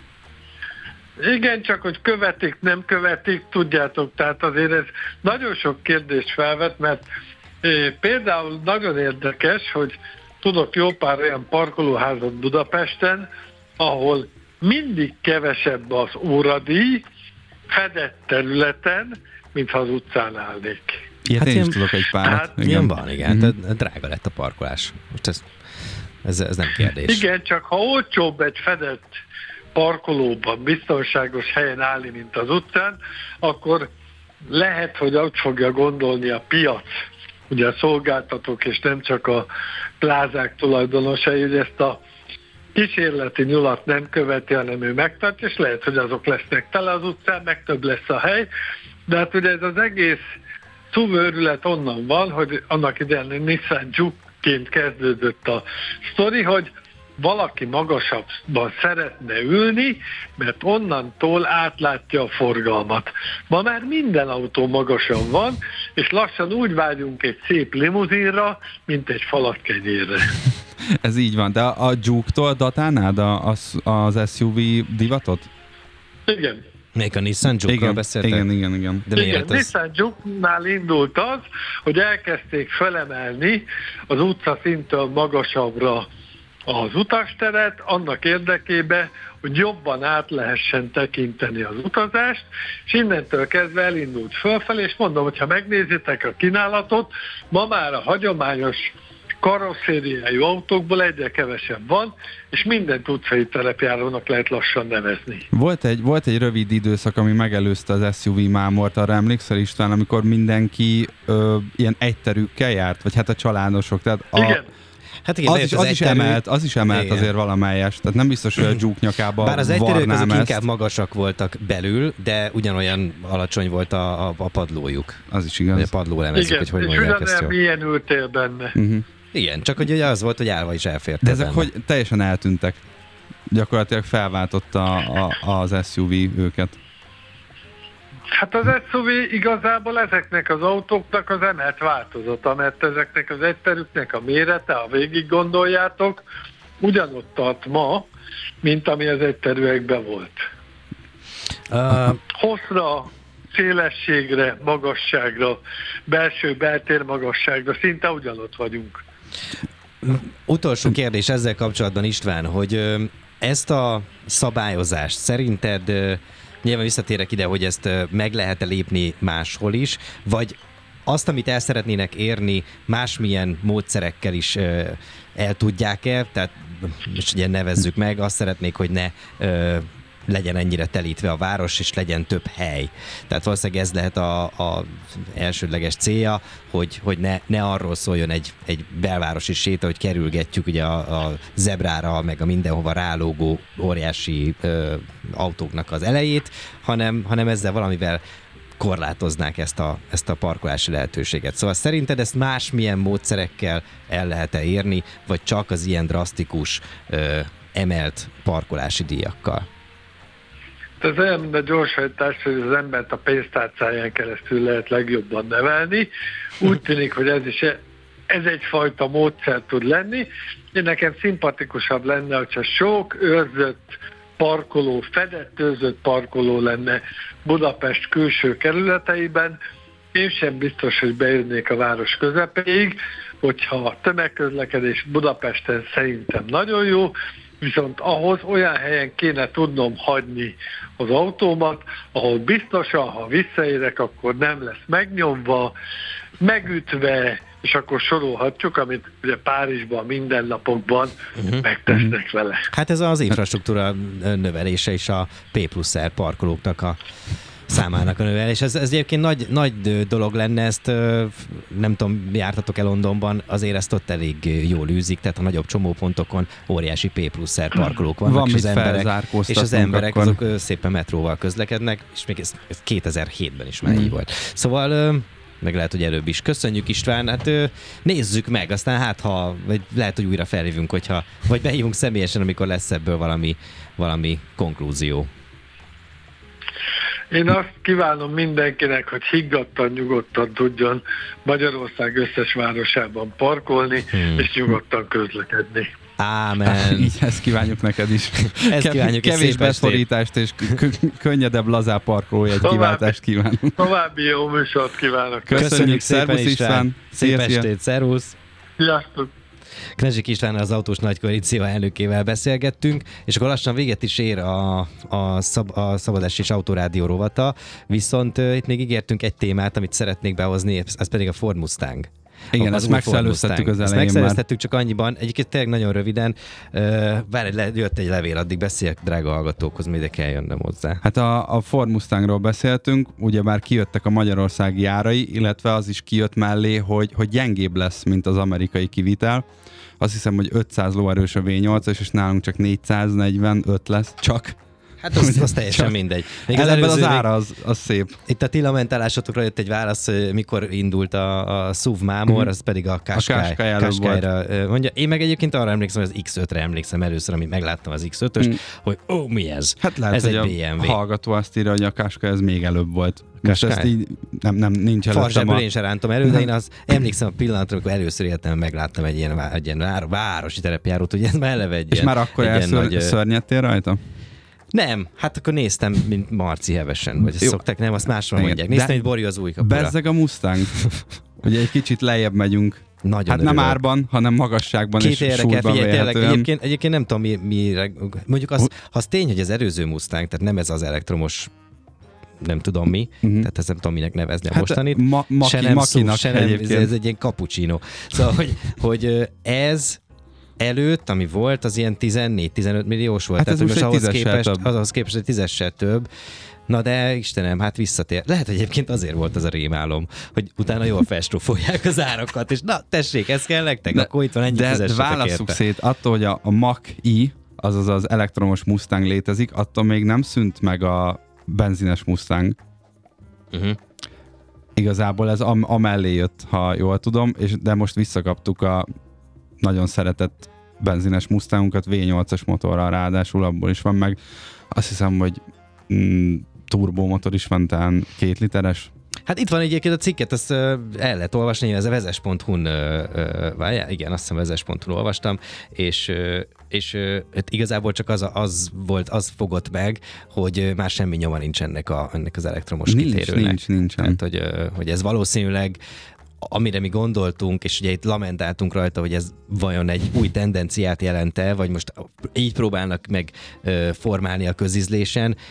Igen, csak hogy követik, nem követik, tudjátok, tehát azért ez nagyon sok kérdést felvet, mert eh, például nagyon érdekes, hogy tudok jó pár olyan parkolóházat Budapesten, ahol mindig kevesebb az óradíj fedett területen, mintha az utcán állnék. Ilyet hát én is tudok egy párat. Hát ilyen van, igen, mm-hmm. drága lett a parkolás. Most ez, ez, ez nem kérdés. Igen, csak ha olcsóbb egy fedett parkolóban, biztonságos helyen állni, mint az utcán, akkor lehet, hogy ott fogja gondolni a piac, ugye a szolgáltatók, és nem csak a plázák tulajdonosai, hogy ezt a kísérleti nyulat nem követi, hanem ő megtartja, és lehet, hogy azok lesznek tele az utcán, meg több lesz a hely, de hát ugye ez az egész szúvőrület onnan van, hogy annak idején Nissan Juke-ként kezdődött a sztori, hogy valaki magasabban szeretne ülni, mert onnantól átlátja a forgalmat. Ma már minden autó magasan van, és lassan úgy vágyunk egy szép limuzinra, mint egy falatkenyérre. Ez így van, de a Juke-tól datálnád az, az es u vé divatot? Igen. Még a Nissan Juke-ról beszéltek? Igen, igen, igen. De igen, az... Nissan Juke-nál indult az, hogy elkezdték felemelni az utcaszintől magasabbra az utasteret, annak érdekében, hogy jobban át lehessen tekinteni az utazást, és innentől kezdve elindult fölfelé, és mondom, hogyha megnézitek a kínálatot, ma már a hagyományos karosszériájú autókból egyre kevesebb van, és minden utcai terepjárónak lehet lassan nevezni. Volt egy, volt egy rövid időszak, ami megelőzte az es u vé mámort, arra emlékszel István, amikor mindenki ö, ilyen egyterűkkel járt, vagy hát a családosok. Tehát a, igen. Hát igen, az, is, az, is emelt, az is emelt igen. azért valamelyes, tehát nem biztos, hogy a Juke nyakába bár az egyterűek azok ezt. inkább magasak voltak belül, de ugyanolyan alacsony volt a, a, a padlójuk. Az is igaz. A padlólemezzük, hogy hogy mondják ezt jól. Milyen ültél benne. Uh-huh. Igen, csak hogy az volt, hogy állva is elfért. De ezek hogy teljesen eltűntek. Gyakorlatilag felváltotta a, az es u vé őket. Hát az es u vé igazából ezeknek az autóknak az emelt változata, mert ezeknek az egyterüknek a mérete, ha végig gondoljátok, ugyanott tart ma, mint ami az egyterűekben volt. Uh... Hosszra, szélességre, magasságra, belső-beltér magasságra, szinte ugyanott vagyunk. Utolsó kérdés ezzel kapcsolatban, István, hogy ezt a szabályozást szerinted, nyilván visszatérek ide, hogy ezt meg lehet-e lépni máshol is, vagy azt, amit el szeretnének érni, másmilyen módszerekkel is ö, el tudják-e, tehát most ugye nevezzük meg, azt szeretnék, hogy ne ö, legyen ennyire telítve a város, és legyen több hely. Tehát valószínűleg ez lehet a, a elsődleges célja, hogy, hogy ne, ne arról szóljon egy, egy belvárosi séta, hogy kerülgetjük ugye a, a zebrára, meg a mindenhova rálógó óriási ö, autóknak az elejét, hanem, hanem ezzel valamivel korlátoznák ezt a, ezt a parkolási lehetőséget. Szóval szerinted ezt másmilyen módszerekkel el lehet-e érni, vagy csak az ilyen drasztikus ö, emelt parkolási díjakkal? Ez olyan, mint a gyorshajtás, hogy az embert a pénztárcáján keresztül lehet legjobban nevelni. Úgy tűnik, hogy ez is ez egyfajta módszer tud lenni. Én nekem szimpatikusabb lenne, hogyha sok őrzött parkoló, fedett őrzött parkoló lenne Budapest külső kerületeiben. Én sem biztos, hogy bejönnék a város közepéig, hogyha a tömegközlekedés Budapesten szerintem nagyon jó, viszont ahhoz olyan helyen kéne tudnom hagyni az autómat, ahol biztosan, ha visszaérek, akkor nem lesz megnyomva, megütve, és akkor sorolhatjuk, amit ugye Párizsban, mindennapokban uh-huh. megtesznek vele. Hát ez az infrastruktúra növelése is a P plusz R parkolóknak a számának a növelés. Ez, ez egyébként nagy, nagy dolog lenne, ezt nem tudom, jártatok el Londonban, azért ezt ott elég jól űzik, tehát a nagyobb csomópontokon óriási P plusz R parkolók vannak, Van, és, az emberek, és az emberek akkor. azok szépen metróval közlekednek, és még ez, ez kétezer-hétben is már mm. így volt. Szóval meg lehet, hogy előbb is. Köszönjük, István, hát nézzük meg, aztán hát ha, vagy lehet, hogy újra felhívunk, hogyha, vagy behívunk személyesen, amikor lesz ebből valami, valami konklúzió. Én azt kívánom mindenkinek, hogy higgadtan, nyugodtan tudjon Magyarország összes városában parkolni, hmm. és nyugodtan közlekedni. Ámen. Így ezt kívánjuk neked is. Ezt kívánjuk, kevés beszorítást és könnyedebb, lazább parkolójegy kiváltást kívánunk. További jó műsort kívánok. Köszönjük, Köszönjük szépen, István. Szép estét, szervusz. Sziasztok. Knezsik Istvánnal, az Autós Nagykoalíció elnökével beszélgettünk, és akkor lassan véget is ér a, a, szab, a Szabadest és Autorádió rovata, viszont uh, itt még ígértünk egy témát, amit szeretnék behozni, ez pedig a Ford Mustang. Igen, ezt megszellőztettük az elején megszellőztettük csak annyiban, egyébként tényleg nagyon röviden, várj, le, jött egy levél, addig beszéljek drága hallgatókhoz, még ide kell jönnöm hozzá. Hát a, a Ford Mustangról beszéltünk, ugyebár kijöttek a magyarországi árai, illetve az is kijött mellé, hogy, hogy gyengébb lesz, mint az amerikai kivitel. Azt hiszem, hogy ötszáz lóerős a vé nyolcas, és nálunk csak négyszáznegyvenöt lesz, csak. Hát az, az teljesen mindegy. Még az, előző, az ára az, az szép. Itt a ti lamentálásotokra jött egy válasz, mikor indult a, a esz u vé Mámor, uh-huh. az pedig a Qashqai-ra mondja. Én meg egyébként arra emlékszem, hogy az iksz ötre emlékszem először, amit megláttam az iksz ötöst, uh-huh. hogy ó, oh, mi ez? Hát lehet, ez hogy egy a bé em vé. Hallgató azt írja, hogy a Qashqai ez még előbb volt. Most ezt így nem, nem, nincs előttem. Farzsából a... én sem rántom elő, de én az emlékszem a pillanatra, amikor először életemben megláttam egy ilyen, egy ilyen városi terepjárót, hogy ez már eleve egy És ilyen, már akkor elszörnyedtél nagy... rajta? Nem, hát akkor néztem, mint Marci hevesen, vagy ezt szokták, nem, azt másra mondják. Néztem, mint Bori az új kapura. Bezzeg a Mustang. Ugye egy kicsit lejjebb megyünk. Nagyon hát örülök. Nem árban, hanem magasságban Két és érdekel, súlyban figyelj, tényleg, vehetően. egyébként, egyébként nem tudom, mi, mi mondjuk az, az tény, hogy az előző Mustang, tehát nem ez az elektromos, nem tudom mi, uh-huh. tehát ezt nem tudom minek nevezni a hát mostanit. Ma, maki, se nem makinak szó, se nem, ez, ez egy ilyen cappuccino. Szóval, hogy, hogy ez előtt, ami volt, az ilyen tizennégy-tizenöt milliós volt. Hát ez tehát most most ahhoz képest, több. ahhoz képest egy tízessel több. Na de Istenem, hát visszatér. Lehet, hogy egyébként azért volt az a rémálom, hogy utána jól felstrófolják az árakat, és na tessék, ez kell nektek, de, akkor itt van ennyi fizessetek érte. De válasszuk szét, attól, hogy a, a Mach-E, azaz az elektromos Mustang létezik, attól még nem szűnt meg a benzines Mustang. Uh-huh. Igazából ez am- amellé jött, ha jól tudom, és de most visszakaptuk a nagyon szeretett benzines Mustangunkat vé nyolcas motorral, ráadásul abból is van meg. Azt hiszem, hogy mm, turbomotor is van, talán két literes. Hát itt van egyébként a cikket, ezt uh, el lehet olvasni, ez a vezes pont hu-n, uh, uh, várjál, igen, azt hiszem vezes pont hu-n olvastam, és, uh, és uh, igazából csak az, az volt, az fogott meg, hogy uh, már semmi nyoma nincs ennek, a, ennek az elektromos nincs, kitérőnek. Nincs, nincs, Tehát, hogy, uh, hogy ez valószínűleg amire mi gondoltunk, és ugye itt lamentáltunk rajta, hogy ez vajon egy új tendenciát jelent-e, vagy most így próbálnak meg uh, formálni a közízlésen,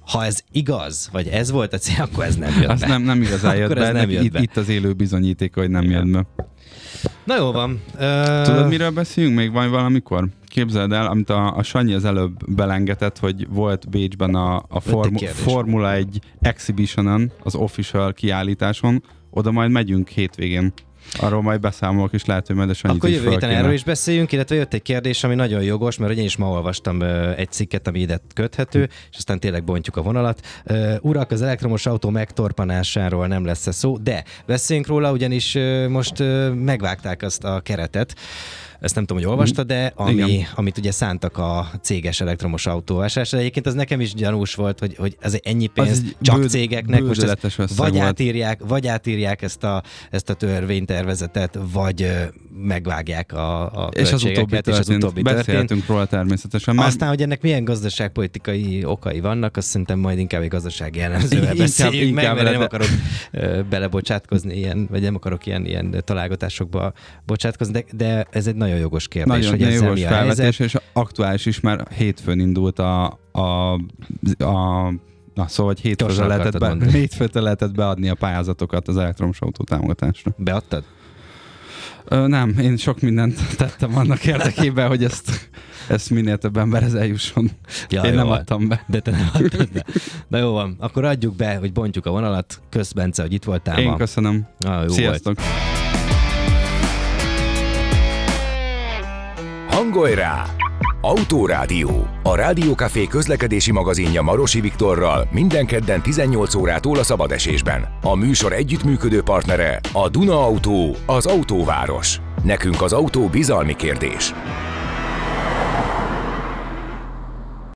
ha ez igaz, vagy ez volt a cél, akkor ez nem jött Azt be. nem, nem igazán jött be, nem jött itt, be. itt az élő bizonyíték, hogy nem jött be. Na jó van. Uh... Tudod, miről beszéljünk még van valamikor? Képzeld el, amit a, a Sanyi az előbb belengetett, hogy volt Bécsben a, a formu, Formula egy Exhibitionon, az official kiállításon, oda majd megyünk hétvégén. Arról majd beszámolok, és lehet, hogy majd a Sanyit Akkor is jövő héten kéne. erről is beszéljünk, illetve jött egy kérdés, ami nagyon jogos, mert én is ma olvastam egy cikket, ami ide köthető, és aztán tényleg bontjuk a vonalat. Urak, az elektromos autó megtorpanásáról nem lesz szó, de beszéljünk róla, ugyanis most megvágták azt a keretet, ezt nem tudom, hogy olvastad, de ami, amit ugye szántak a céges elektromos autóvásárlásra. Egyébként az nekem is gyanús volt, hogy, hogy ez ennyi pénz csak bőd, cégeknek, most ezt vagy átírják, vagy átírják ezt a, ezt a törvénytervezetet, vagy megvágják a, a és az utóbbi történt, és az utóbbi beszéltünk történt. róla természetesen. Már... Aztán, hogy ennek milyen gazdaságpolitikai okai vannak, azt szerintem majd inkább egy gazdasági jellemzővel beszéljünk meg, mert nem akarok belebocsátkozni ilyen, vagy nem akarok ilyen, ilyen találgatásokba bocsátkozni, de, de ez egy nagyon jogos kérdés, nagyon, hogy nagyon jogos felvetés, és aktuális is, mert hétfőn indult a, a, a na, szóval, hogy hétfőn lehetett, be, hétfőn lehetett beadni a pályázatokat az elektromos autó támogatásra. Beadtad? Ö, nem, én sok mindent tettem annak érdekében, hogy ezt, ezt minél több emberhez eljusson. Ja, én nem van. adtam be. De te nem adtad be. Na jó van, akkor adjuk be, hogy bontjuk a vonalat. Kösz, Bence, hogy itt voltál én ma. köszönöm. Ah, jó Sziasztok. Volt. Hangolj rá! Autórádió. A Rádiókafé közlekedési magazinja Marosi Viktorral minden kedden tizennyolc órától a szabadesésben. A műsor együttműködő partnere a Duna Autó, az autóváros. Nekünk az autó bizalmi kérdés.